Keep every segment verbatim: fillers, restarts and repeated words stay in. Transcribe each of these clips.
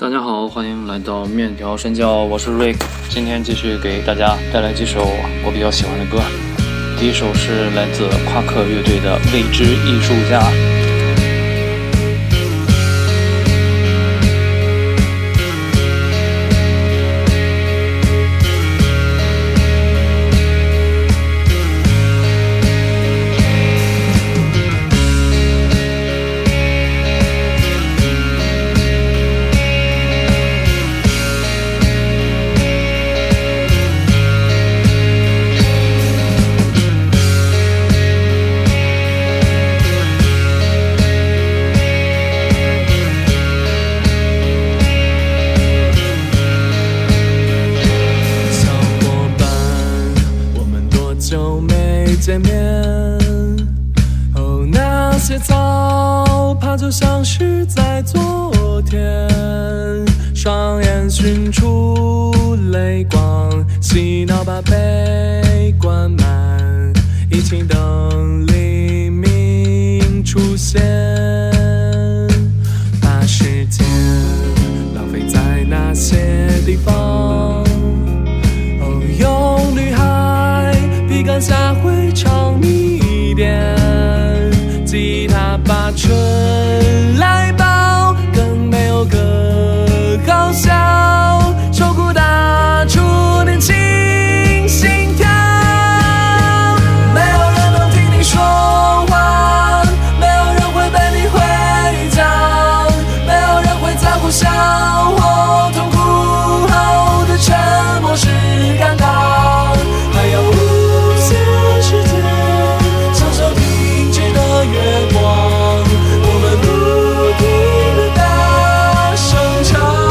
大家好，欢迎来到面条神教，我是 Rick， 今天继续给大家带来几首我比较喜欢的歌。第一首是来自夸克乐队的《未知艺术家》。 见面哦，那些早怕就像是在昨天，双眼寻出泪光，洗脑把悲关满，一起等黎明出现，把时间浪费在那些地方哦，用女孩笔杆下回唱密点，吉他把春来报，更没有歌好笑，受苦打出年轻心跳，没有人能听你说话，没有人会被你回讲，没有人会在乎笑或痛苦后的沉默是尴尬，还有无限时间享受停止的月光，我们不停地大声唱。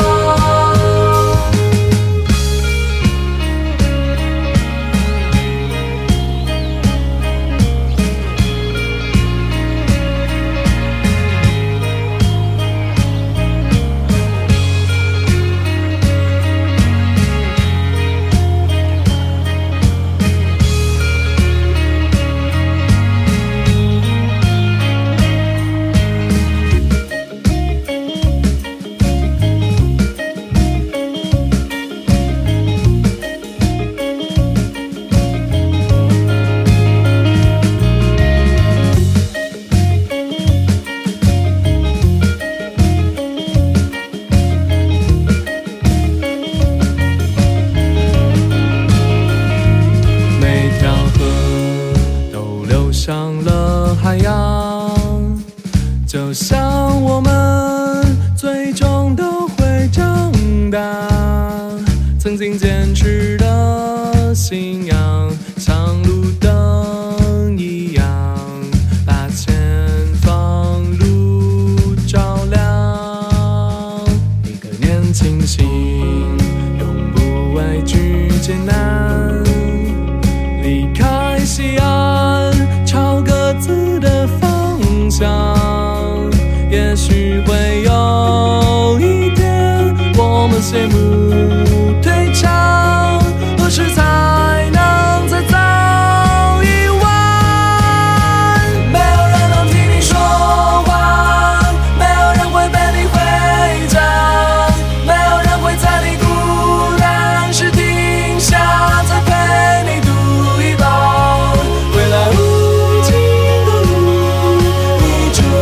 上了海洋，就像我们最终都会长大，曾经坚持的信仰像路灯一样，把前方路照亮，一颗年轻心永不畏惧艰难，离开西安朝各自的方向，也许会有一天我们谢幕退场，何时才能再造一晚，没有人能听你说话，没有人会被你回讲，没有人会在你孤单时停下再陪你读一报，未来无尽的路你准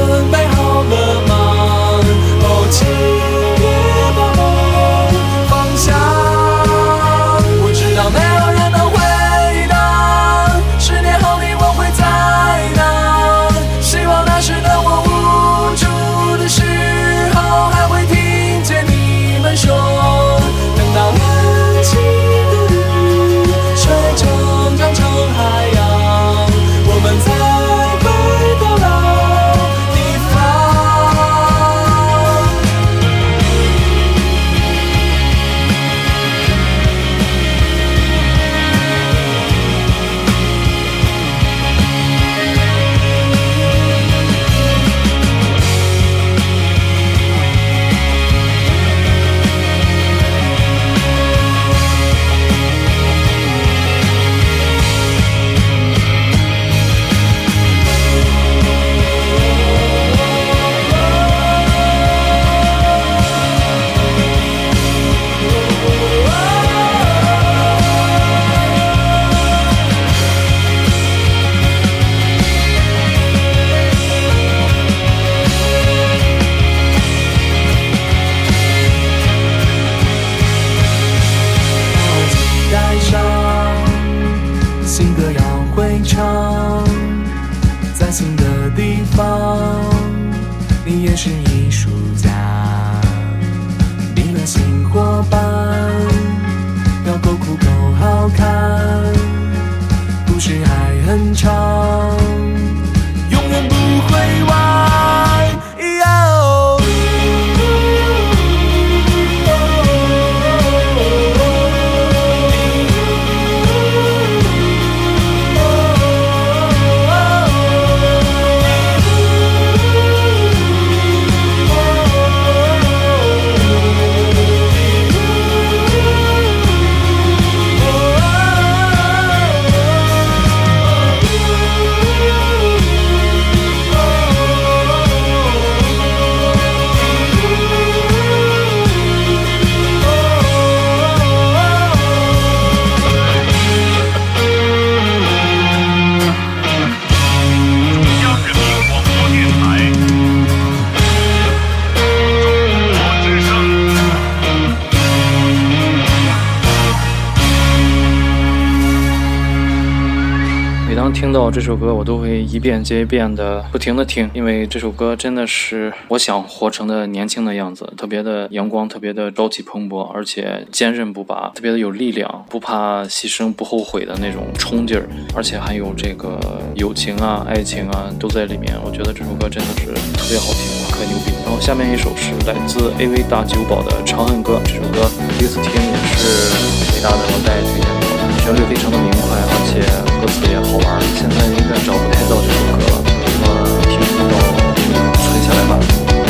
听到这首歌我都会一遍接一遍的不停的听，因为这首歌真的是我想活成的年轻的样子，特别的阳光，特别的朝气蓬勃，而且坚韧不拔，特别的有力量，不怕牺牲不后悔的那种冲劲儿，而且还有这个友情啊爱情啊都在里面。我觉得这首歌真的是特别好听，可牛逼。然后下面一首是来自 A V 大酒保的《长恨歌》，这首歌第一次听也是伟大的老戴推荐给我的，旋律非常的明快，而且歌词也好玩。现在应该找不太到这首歌了，我听到存下来吧。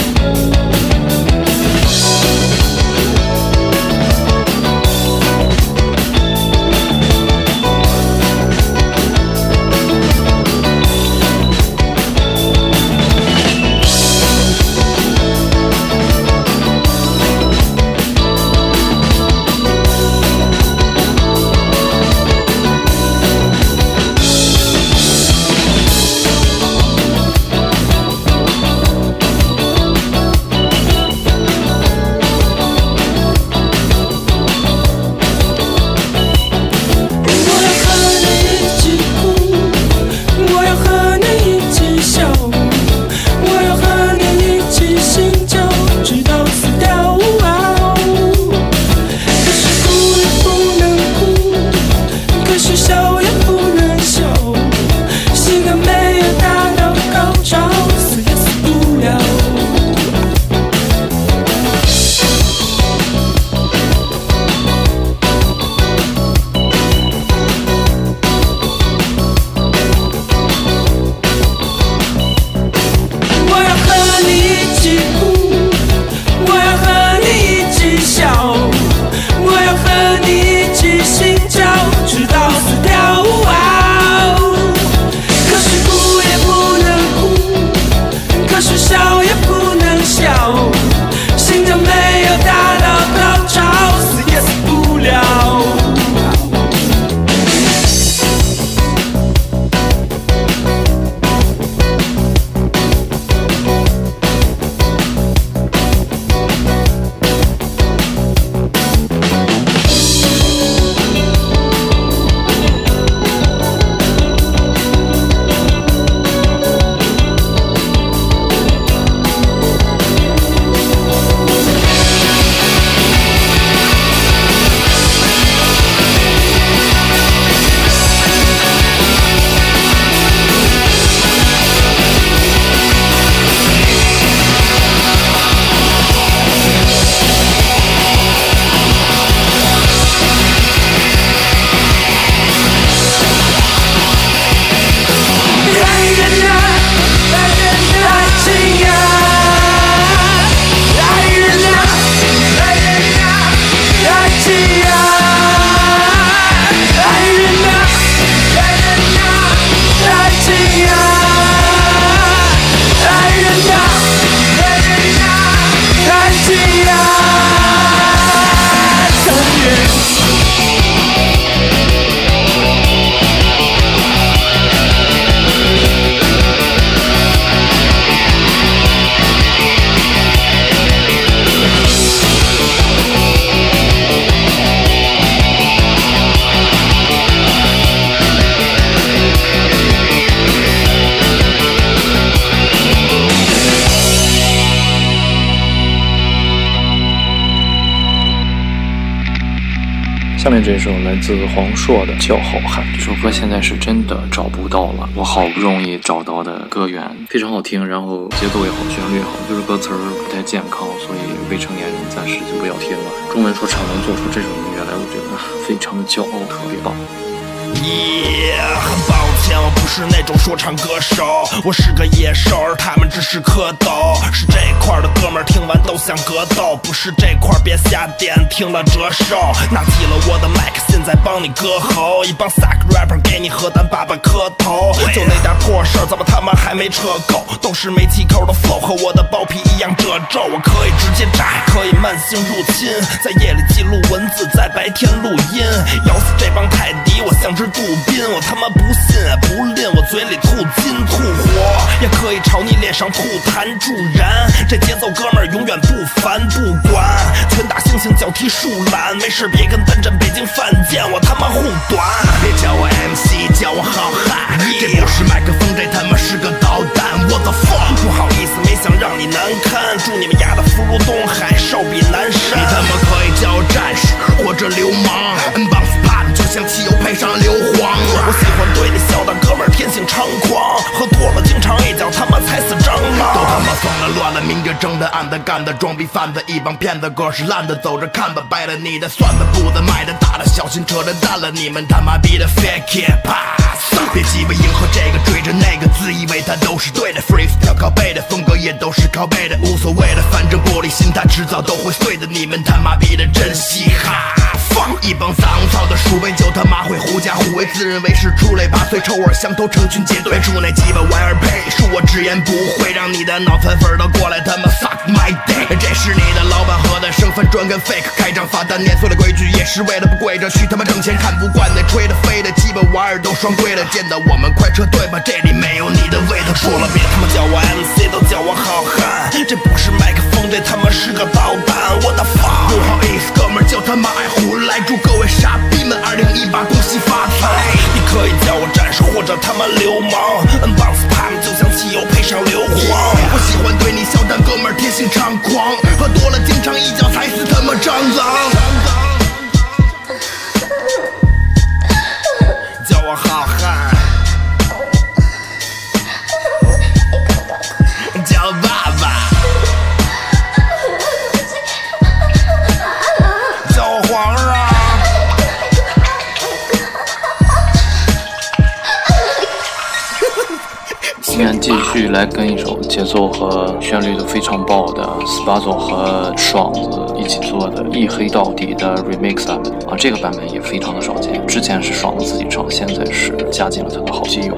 下面这首来自黄硕的《叫好汉》，这首歌现在是真的找不到了，我好不容易找到的歌源，非常好听，然后节奏也好，旋律也好，就是歌词不太健康，所以未成年人暂时就不要听了。中文说唱能做出这种音乐来，我觉得非常的骄傲，特别棒。 Yeah， 很抱歉，我不是那种说唱歌手，我是个野兽，而他们只是蝌蚪。是这块的哥们儿听完都想格斗，不是这块别瞎点，听了折寿。拿起了我的麦克，现在帮你割喉，一帮 suck rapper 给你核弹爸爸磕头。就那点破事儿，怎么他妈还没撤够？都是没气口的 flow， 和我的包皮一样褶皱。我可以直接炸，可以慢性入侵，在夜里记录文字，在白天录音，咬死这帮泰迪，我像只杜宾，我他妈不信不吝，我嘴里吐金吐火，也可以朝你脸上吐痰助燃。这节奏哥们儿永远不烦不管，全拳打猩猩，脚踢树懒，没事别跟单站北京犯贱，我他妈护短。别叫我 M C， 叫我好汉， yeah. 这不是麦克风，这他妈是个导弹。What the fuck？ 不好意思，没想让你难堪，祝你们丫的福如东海，少比南山。你他妈可以叫我战士或者流氓 ，bounce pop 就像汽油配上硫磺。我喜欢对你笑的哥们儿天性猖狂，喝多了经常一脚他妈踩死蟑螂。都他妈疯了乱了，明着正的暗的干的装逼贩子，一帮骗子歌是烂的，走着看吧，掰了你的算的步子迈的大的，小心扯着淡了你们他妈逼的 fake hip hop。别鸡巴迎合这个追着那个，自以为他都是对的 freestyle 靠背的风格也都是靠背的，无所谓的，反正玻璃心他迟早都会碎的，你们他妈逼的真嘻哈。放一帮脏操的鼠辈就他妈会狐假虎威，自认为是出类拔萃，臭味相投，成群结队，祝那鸡巴玩意儿配，恕我直言不讳，让你的脑残粉都过来他妈 suck my dick。 这是你的老板和的身份专跟 fake， 开张罚单，碾碎了规矩也是为了不跪着去他妈挣钱，看不惯那吹的飞的鸡巴玩意儿都双规了，见到我们快撤退吧，这里没有你的味道。说了别他妈叫我 M C， 都叫我好汉，这不是麦克风，这他妈是个导弹。我的 fuck， 不好意思哥们儿，就他妈爱胡来，祝各位傻逼们二零一八恭喜发财。你可以叫我战士或者他妈流氓 ，bounce pop 就像汽油配上硫磺。我喜欢对你笑，但哥们儿天性猖狂，喝多了经常一脚踩死他妈蟑螂。叫我好汉，叫我爸爸，叫我皇上。 今天继续来跟一首节奏和旋律都非常爆的 Spazo 和爽子一起做的一黑到底的 remix 版本啊，这个版本也非常的少见，之前是爽子自己唱，现在是加进了他的好基友。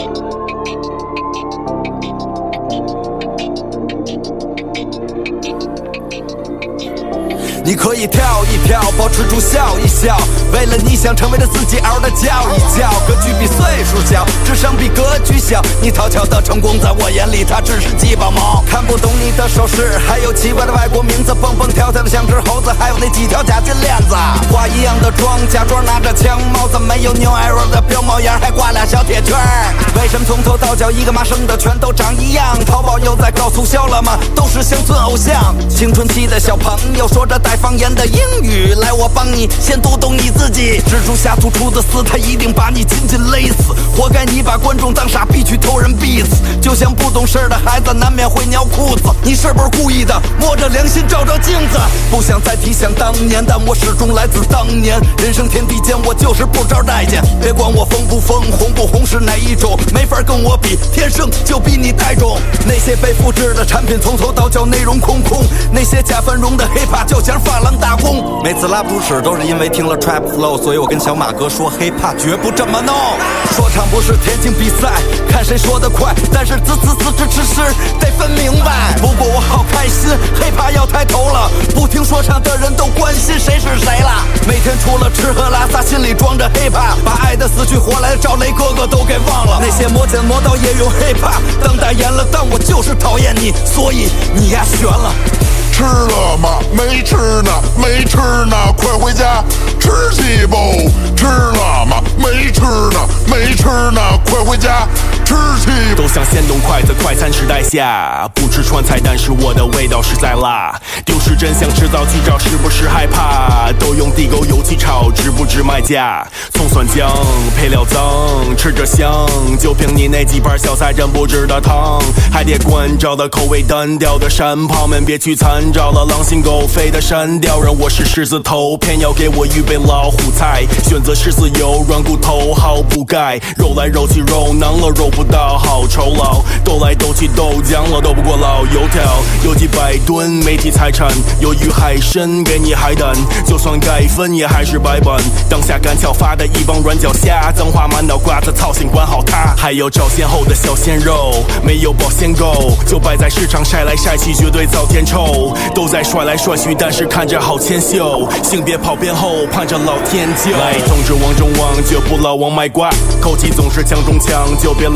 你可以跳一跳，保持住笑一笑，为了你想成为的自己嗷的叫一叫。格局比岁数小，智商比格局小，你讨巧的成功在我眼里它只是鸡巴毛。看不懂你的手势，还有奇怪的外国名字，蹦蹦跳跳的像只猴子，还有那几条假金链子。画一样的妆，假装拿着枪，帽子没有 New Era 的标帽檐，还挂俩小铁圈。为什么从头到脚一个妈生的全都长一样？淘宝又在搞促销了吗？都是乡村偶像。青春期的小朋友说着带方言的英语，来我帮你先读懂你自己。蜘蛛侠突出的丝，他一定把你紧紧勒死，活该你把观众当傻逼去偷人 beats。就像不懂事的孩子难免会尿裤子，你是不是故意的？摸着良心照照镜子，不想再提想当年，但我始终来自当年。人生天地间，我就是不招待见。别管我疯不疯，红不红是哪一种，没法跟我比，天生就比你带种。那些被复制的产品从头到脚内容空空，那些假繁荣的 hiphop 就像发廊打工。每次拉不出屎都是因为听了 trap flow， 所以我跟小马哥说 hiphop 绝不这么弄。说唱不是田径比赛，看谁说得快，但是滋滋滋吱吱吱得分明白。不过我好开心 hiphop 要抬头了，不听说唱的人都关心谁是谁了。每天除了吃喝拉撒，心里装着 hiphop， 把爱的死去活来的赵雷哥哥都给忘了。那些磨剪磨刀也用 hiphop 当代言了，但我就是讨厌你，所以你呀悬了。 吃了吗？没吃呢，没吃呢，快回家吃鸡不？吃了吗？没吃呢，没吃呢，快回家吃鸡。 都想先动筷子，快餐时代下，不吃川菜，但是我的味道实在辣。丢失真相，制造剧照，是不是害怕？都用地沟油去炒，值不值卖价？葱蒜姜配料脏，吃着香，就凭你那几盘小菜真不值得烫。还得关照的口味单调的山炮们，别去参照了狼心狗肺的山调人，我是狮子头，偏要给我预备老虎菜，选择狮子油，软骨头毫不盖，肉来肉去肉囊了，肉不到好酬劳，斗来斗去豆浆了，斗不过老油条，有几百吨媒体财产，由于海参给你海胆，就算盖分也还是白板。当下赶巧发的一帮软脚虾，脏话满脑瓜子，操心管好它。还有照鲜后的小鲜肉，没有保鲜够，就摆在市场晒来晒去，绝对遭天臭。都在甩来甩去，但是看着好牵秀，性别跑偏后盼着老天救。来，同志往中望，就不老往卖瓜，口气总是强中强，就别老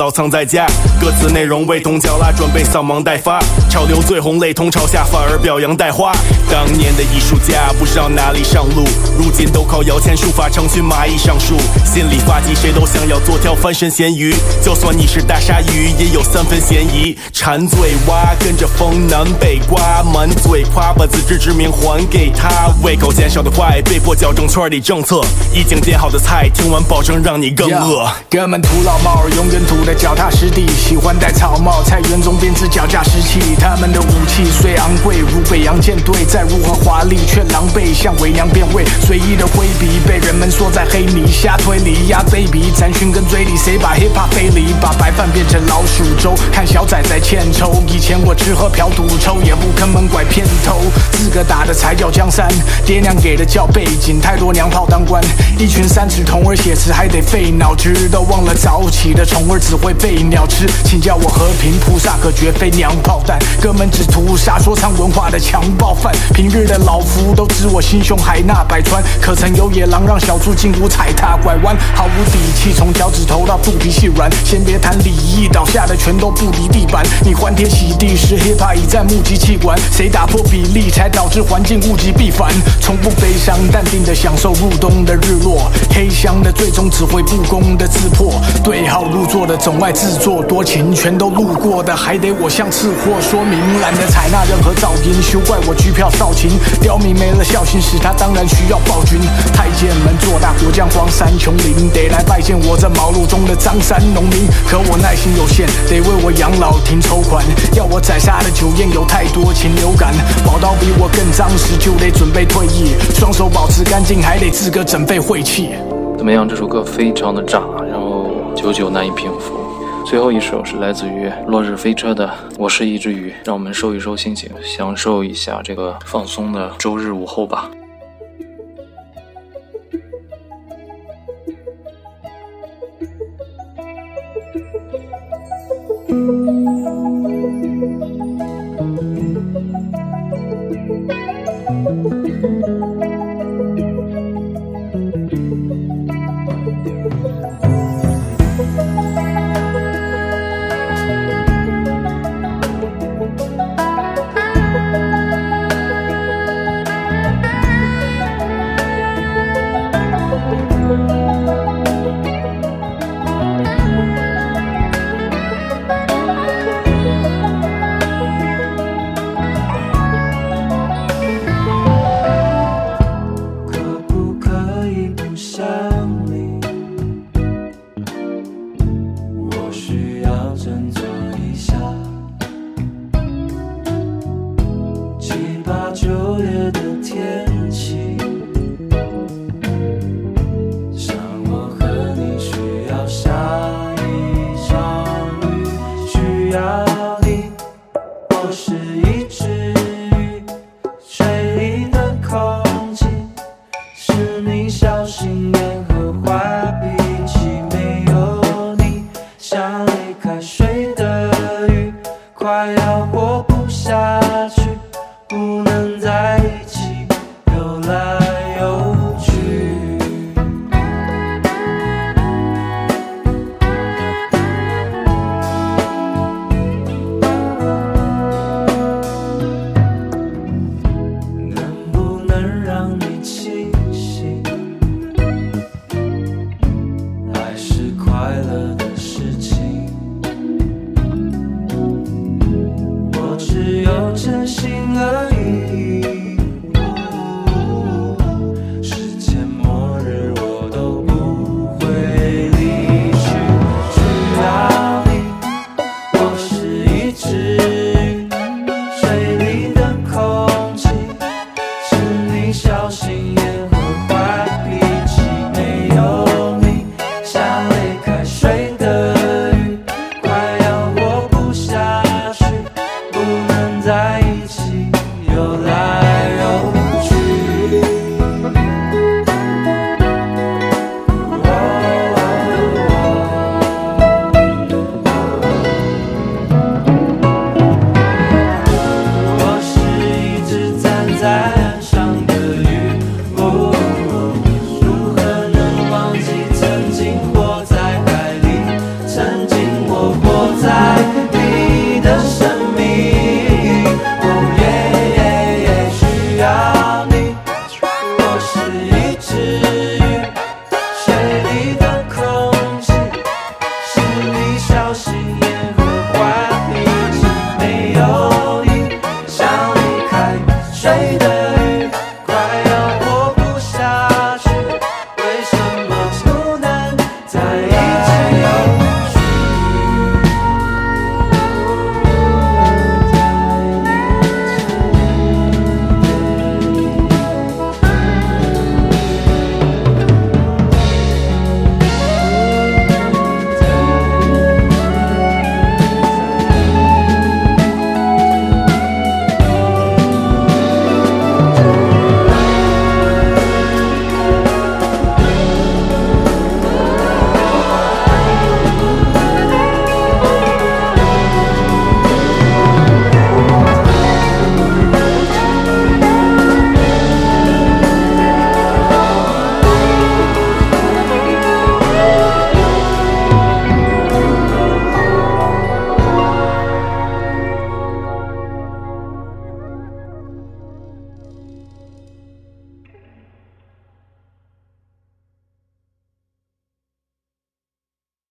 早藏在家。歌词内容味同嚼蜡，准备扫盲待发。潮流最红，类同朝下，反而表扬带花。当年的艺术家不知道哪里上路，如今都靠摇钱书法程序蚂蚁上树。心里发急，谁都想要做条翻身咸鱼，就算你是大鲨鱼，也有三分嫌疑。馋嘴蛙跟着风南北刮，满嘴夸把自知之明还给他。胃口减少的坏，被迫矫正圈里政策。已经点好的菜，听完保证让你更饿。 哥们土老帽，永远土的脚踏实地，喜欢戴草帽，菜园中编织脚架石器。他们的武器虽昂贵如北洋舰队，再如何华丽却狼狈，像伪娘变味，随意的挥笔被人们缩在黑泥，瞎推理呀 baby， 残讯跟追离，谁把 hiphop 背离，把白饭变成老鼠粥，看小仔在欠抽。以前我吃喝嫖赌抽，也不坑蒙拐骗偷，资格打的才叫江山，爹娘给的叫背景，太多娘炮当官，一群三尺童儿写词还得费脑汁，都忘了早起的虫儿只会被鸟吃，请叫我和平菩萨可绝非娘炮弹，哥们只屠杀说唱文化的强暴犯，平日的老夫都知我心胸海纳百川，可曾有野狼让小猪进屋踩踏拐弯，毫无底气从脚趾头到肚皮细软，先别谈礼仪，倒下的全都不敌地板，你欢天喜地时 hiphop 已在募集气管，谁打破比例才导致环境物极必反，从不悲伤淡定的享受入冬的日落，黑箱的最终只会不公的自破，对号入座的总爱自作多情，全都路过的还得我向次货说明，懒得采纳任何噪音，休怪我居票少情，刁民没了孝心时他当然需要暴君，太监们做大国将荒山穷林，得来拜见我这茅庐中的张山农民，可我耐心有限，得为我养老停筹款，要我宰杀的酒宴有太多禽流感，宝刀比我更脏时就得准备退役，双手保持干净还得自个整备晦气。 怎么样？这首歌非常的炸，然后久久难以平复。最后一首是来自于落日飞车的《我是一只鱼》，让我们收一收心情，享受一下这个放松的周日午后吧。 小心